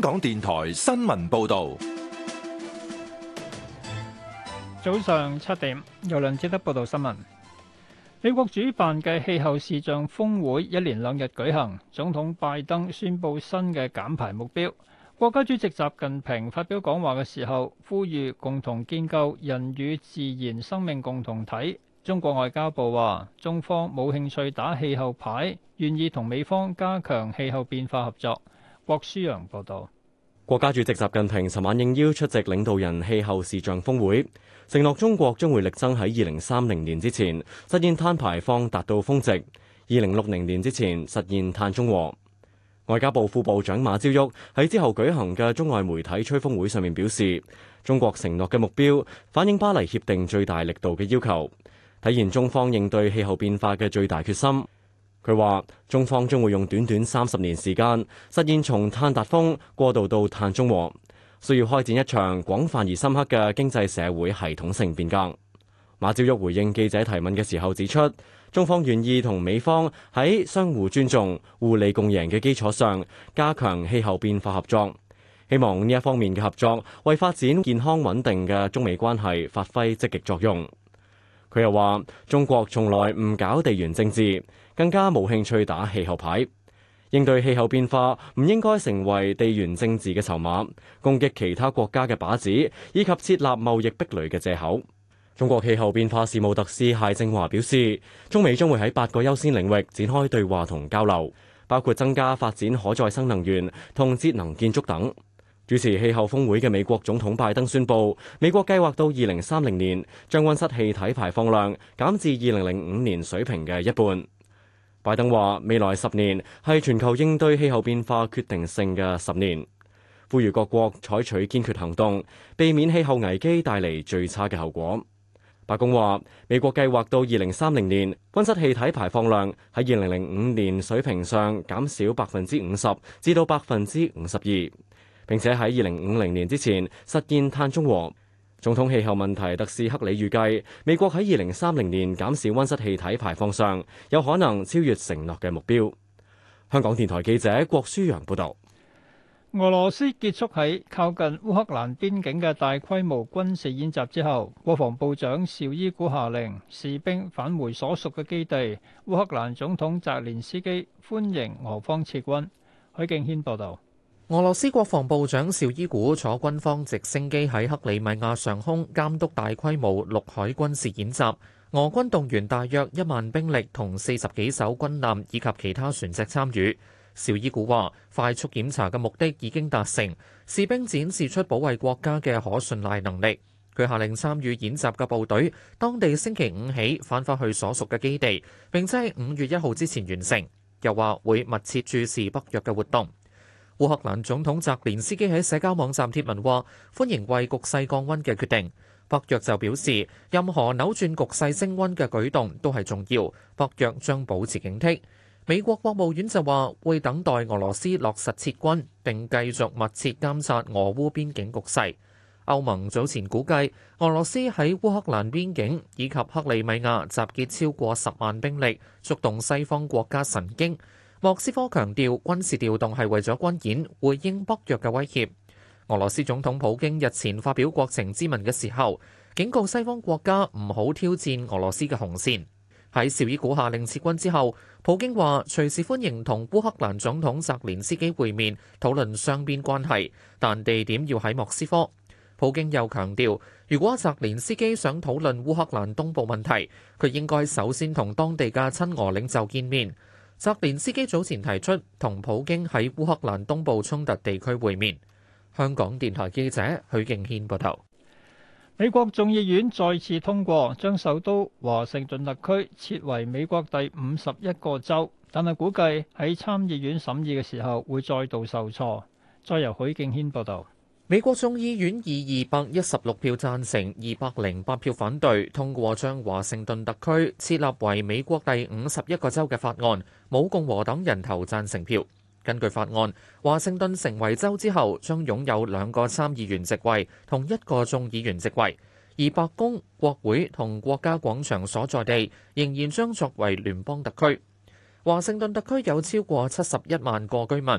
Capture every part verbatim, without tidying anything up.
港電台新聞報道。 早上七點，由梁志德報道新聞。美國主辦嘅氣候視像峰會一連兩日舉行，總統拜登宣布新嘅減排目標。國家主席習近平發表講話嘅時候，呼籲共同建構人與自然生命共同體。中國外交部話，中方冇興趣打氣候牌，願意同美方加強氣候變化合作。郭舒陽報道。 國家主席習近平尋晚應邀出席領導人氣候視像峰會，承諾中國將會力爭喺二零三零年之前實現碳排放達到峰值，二零六零年之前實現碳中和。外交部副部長馬朝旭喺之後舉行嘅中外媒體吹風會上面表示，中國承諾嘅目標反映巴黎協定最大力度嘅要求，體現中方應對氣候變化嘅最大決心。佢話：中方將會用短短三十年時間，實現從碳達峰過渡到碳中和，需要開展一場廣泛而深刻嘅經濟社會系統性變革。馬朝旭回應記者提問嘅時候指出，中方願意同美方喺相互尊重、互利共贏嘅基礎上，加強氣候變化合作，希望呢一方面嘅合作為發展健康穩定嘅中美關係發揮積極作用。佢又話：中國從來唔搞地緣政治，更加冇興趣打氣候牌。應對氣候變化唔應該成為地緣政治嘅籌碼，攻擊其他國家嘅靶子，以及設立貿易壁壘嘅藉口。中國氣候變化事務特使謝正華表示，中美將會喺八個優先領域展開對話同交流，包括增加發展可再生能源同節能建築等。主持氣候峰會嘅美國總統拜登宣布，美國計劃到二零三零年將溫室氣體排放量減至二零零五年水平嘅一半。拜登話，未來十年係全球應對氣候變化決定性嘅十年，呼籲各國採取堅決行動，避免氣候危機帶嚟最差嘅後果。白宮話，美國計劃到二零三零年溫室氣體排放量喺二零零五年水平上減少百分之五十至到百分之五十二。並且喺二零五零年之前實現碳中和。總統氣候問題特使克里預計，美國喺二零三零年減少溫室氣體排放上有可能超越承諾嘅目標。香港電台記者郭舒陽報導。 俄羅斯結束喺靠近烏克蘭邊境嘅大規模軍事演習之後，國防部長紹伊古下令士兵返回所屬嘅基地。烏克蘭總統澤連斯基歡迎俄方撤軍。許敬軒報導。 俄羅斯國防部長紹伊古坐軍方直升機喺克里米亞上空監督大規模陸海軍事演習。俄軍動員大約一萬兵力同四十幾艘軍艦以及其他船隻參與。紹伊古話：快速檢查嘅目的已經達成，士兵展示出保衛國家嘅可信賴能力。佢下令參與演習嘅部隊，當地星期五起返返去所屬嘅基地，並且喺五月一號之前完成。又話會密切注視北約嘅活動。烏克蘭總統澤連斯基喺社交網站貼文話，歡迎為局勢降溫嘅決定。北約就表示，任何扭轉局勢升溫嘅舉動都係重要，北約將保持警惕。美國國務院就話會等待俄羅斯落實撤軍，並繼續密切監察俄烏邊境局勢。歐盟早前估計，俄羅斯喺烏克蘭邊境以及克里米亞集結超過十萬兵力，觸動西方國家神經。莫斯科強調軍事調動係為咗軍演，回應北約嘅威脅。俄羅斯總統普京日前發表國情咨文嘅時候，警告西方國家唔好挑戰俄羅斯嘅紅線。喺紹伊古下令撤軍之後，普京話隨時歡迎同烏克蘭總統澤連斯基會面，討論雙邊關係，但地點要喺莫斯科。普京又強調，如果澤連斯基想討論烏克蘭東部問題，佢應該首先同當地嘅親俄領袖見面。澤連斯基早前提出同普京喺烏克蘭東部衝突地區會面。香港電台記者許敬軒報道。 美國眾議院再次通過將首都華盛頓特區設為美國第五十一個州，但係估計喺參議院審議嘅時候會再度受挫。再由許敬軒報道。 美國眾議院以二百一十六票贊成、二百零八票反對通過將華盛頓特區設立為美國第五十一個州嘅法案，冇共和黨人投贊成票。根據法案，華盛頓成為州之後，將擁有兩個參議員席位同一個眾議員席位，而白宮、國會同國家廣場所在地仍然將作為聯邦特區。華盛頓特區有超過七十一萬個居民。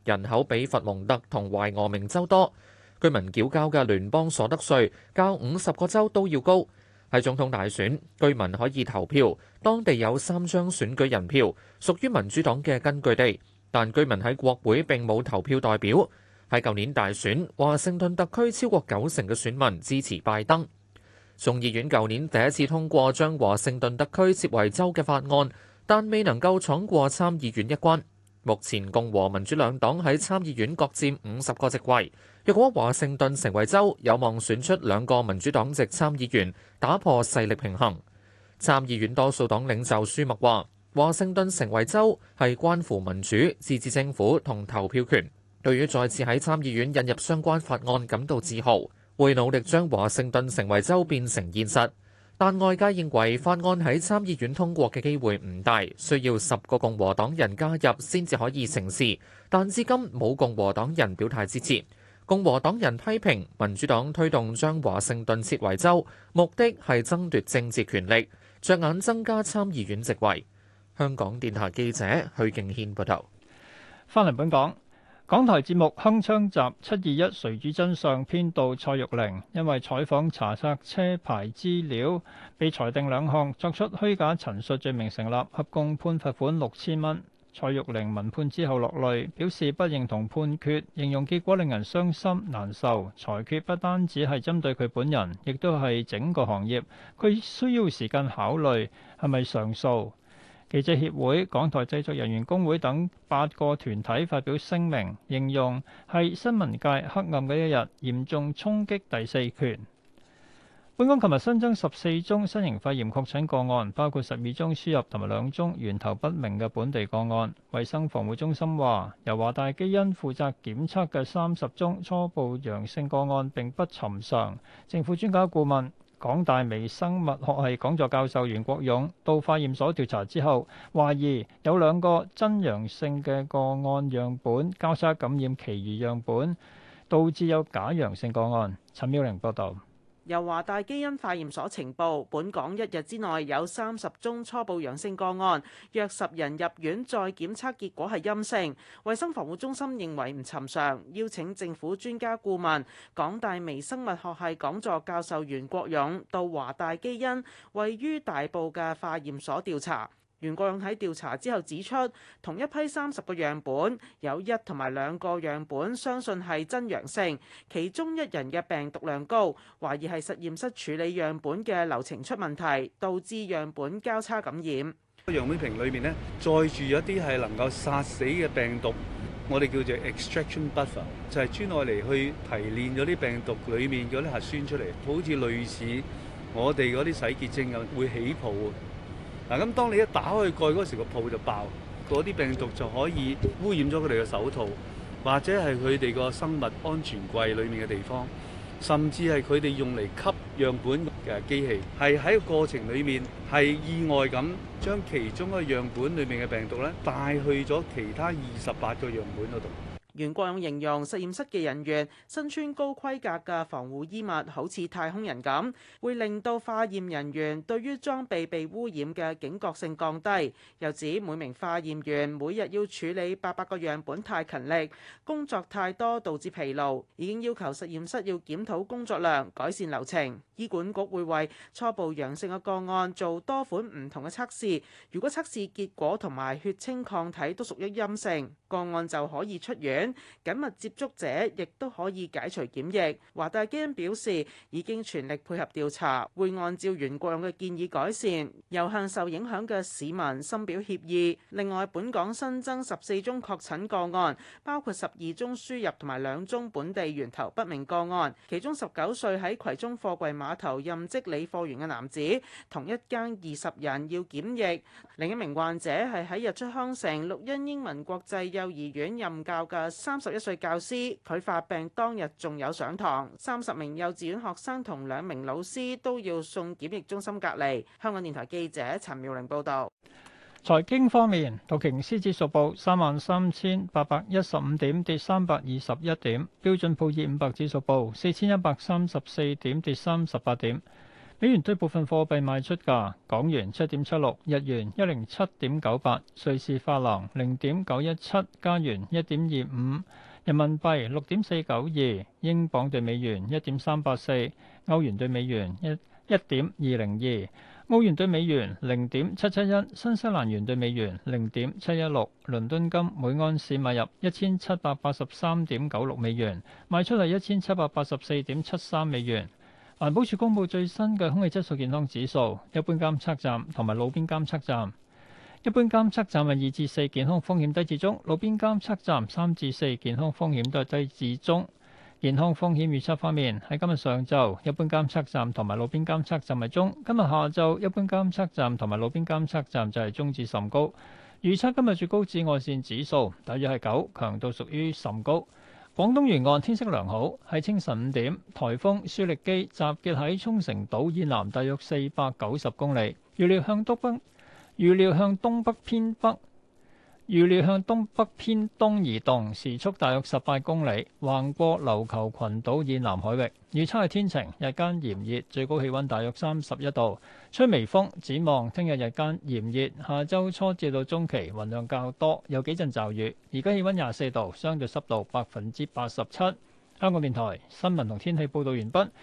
人口比佛蒙特同懷俄明州多，居民繳交嘅聯邦所得稅較五十個州都要高。喺總統大選，居民可以投票，當地有三張選舉人票，屬於民主黨嘅根據地，但居民喺國會並冇投票代表。喺舊年大選，華盛頓特區超過九成嘅選民支持拜登。眾議院舊年第一次通過將華盛頓特區設為州嘅法案，但未能夠闖過參議院一關。目前共和民主兩黨喺參議院各佔五十個席位。若果華盛頓成為州，有望選出兩個民主黨籍參議員，打破勢力平衡。參議院多數黨領袖舒默話：華盛頓成為州係關乎民主、自治政府同投票權。對於再次喺參議院引入相關法案感到自豪，會努力將華盛頓成為州變成現實。但外界認為法案喺參議院通過嘅機會唔大，需要十個共和黨人加入先至可以成事。但至今冇共和黨人表態支持。共和黨人批評民主黨推動將華盛頓設為州，目的係爭奪政治權力，着眼增加參議院席位。香港電台記者許敬軒報導。 翻嚟本港，港台節目《鏗鏘集》七二一誰主真相編導蔡玉玲，因為採訪查冊車牌資料，被裁定兩項作出虛假陳述罪名成立，合共判罰款六千蚊。蔡玉玲聞判之後落淚，表示不認同判決，形容結果令人傷心難受。裁決不單止係針對佢本人，亦都係整個行業。佢需要時間考慮係咪上訴。記者協會、港台製作人員工會等八個團體發表聲明，形容係新聞界黑暗嘅一日，嚴重衝擊第四權。本港琴日新增十四宗新型肺炎確診個案，包括十二宗輸入同埋兩宗源頭不明嘅本地個案。衛生防護中心話，由華大基因負責檢測嘅三十宗初步陽性個案並不尋常。政府專家顧問、港大微生物學系講座教授袁國勇到化驗所調查之後，懷疑有兩個真陽性嘅個案樣本交叉感染其餘樣本，導致有假陽性個案。陳妙玲報導。 由華大基因化驗所呈報，本港一日之內有三十宗初步陽性個案，約十人入院再檢測結果係陰性。衛生防護中心認為唔尋常，邀請政府專家顧問、港大微生物學系講座教授袁國勇到華大基因位於大埔嘅化驗所調查。袁國勇喺調查之後指出，同一批三十個樣本有一同埋兩個樣本相信係真陽性，其中一人嘅病毒量高，懷疑係實驗室處理樣本嘅流程出問題，導致樣本交叉感染。 樣本瓶裏面呢，載住一啲係能夠殺死嘅病毒，我哋叫做 extraction buffer， 就係專愛嚟去提煉咗啲病毒裏面嗰啲核酸出嚟，好似類似我哋嗰啲洗潔精咁，會起泡。嗱，咁當你一打開蓋嗰時，個泡就爆，嗰啲病毒就可以污染咗佢哋嘅手套，或者係佢哋個生物安全櫃裡面嘅地方，甚至係佢哋用嚟吸樣本嘅機器，係喺個過程裡面係意外咁將其中一個樣本裡面嘅病毒咧帶去咗其他二十八個樣本嗰度。 袁國勇形容實驗室嘅人員身穿高規格嘅防護衣物，好似太空人咁，會令到化驗人員對於裝備被污染嘅警覺性降低。又指每名化驗員每日要處理八百個樣本太勤力，工作太多導致疲勞，已經要求實驗室要檢討工作量，改善流程。醫管局會為初步陽性嘅個案做多款唔同嘅測試，如果測試結果同埋血清抗體都屬於陰性，個案就可以出院。緊密接觸者亦都可以解除檢疫。華大基因表示已經全力配合調查，會按照袁國勇嘅建議改善，又向受影響嘅市民深表歉意。另外，本港新增十四宗確診個案，包括十二宗輸入同埋兩宗本地源頭不明個案，其中十九歲喺葵涌貨櫃碼頭任職理貨員嘅男子，同一間二十人要檢疫。另一名患者係喺日出康城綠茵英文國際幼兒園任教嘅三十一歲教師，佢發病當日仲有上堂。三十名幼稚園學生同兩名老師都要送檢疫中心隔離。香港電台記者陳妙玲報導。 財經方面，道瓊斯指數報三萬三千八百一十五點，跌三百二十一點；標準普爾五百指數報四千一百三十四點，跌三十八點。 美元對部分貨幣賣出價：港元七點七六，日元一零七點九八，瑞士法郎零點九一七，加元一點二五，人民幣六點四九二，英鎊對美元一點三八四，歐元對美元一一點二零二，澳元對美元零點七七一，新西蘭元對美元零點七一六。倫敦金每安士買入一千七百八十三點九六美元，賣出係一千七百八十四點七三美元。環保署公布最新嘅空氣質素健康指數，一般監測站同埋路邊監測站，一般監測站係二至四，健康風險低至中；路邊監測站三至四，健康風險都係低至中。健康風險預測方面，喺今日上晝，一般監測站同埋路邊監測站係中；今日下晝，一般監測站同埋路邊監測站就係中至甚高。預測今日最高紫外線指數大約係九，強度屬於甚高。廣東沿岸天色良好，喺清晨五點，颱風舒力基集結喺沖繩島以南大約四百九十公里，預料向東北，預料向東北偏北，預料向東北偏東移動，時速大約十八公里，橫過琉球群島以南海域。預測係天晴，日間炎熱，最高氣温大約三十一度，吹微風。展望聽日日間炎熱，下週初至到中期雲量較多，有幾陣驟雨。而家氣温廿四度，相對濕度百分之八十七。香港電台新聞同天氣報導完畢。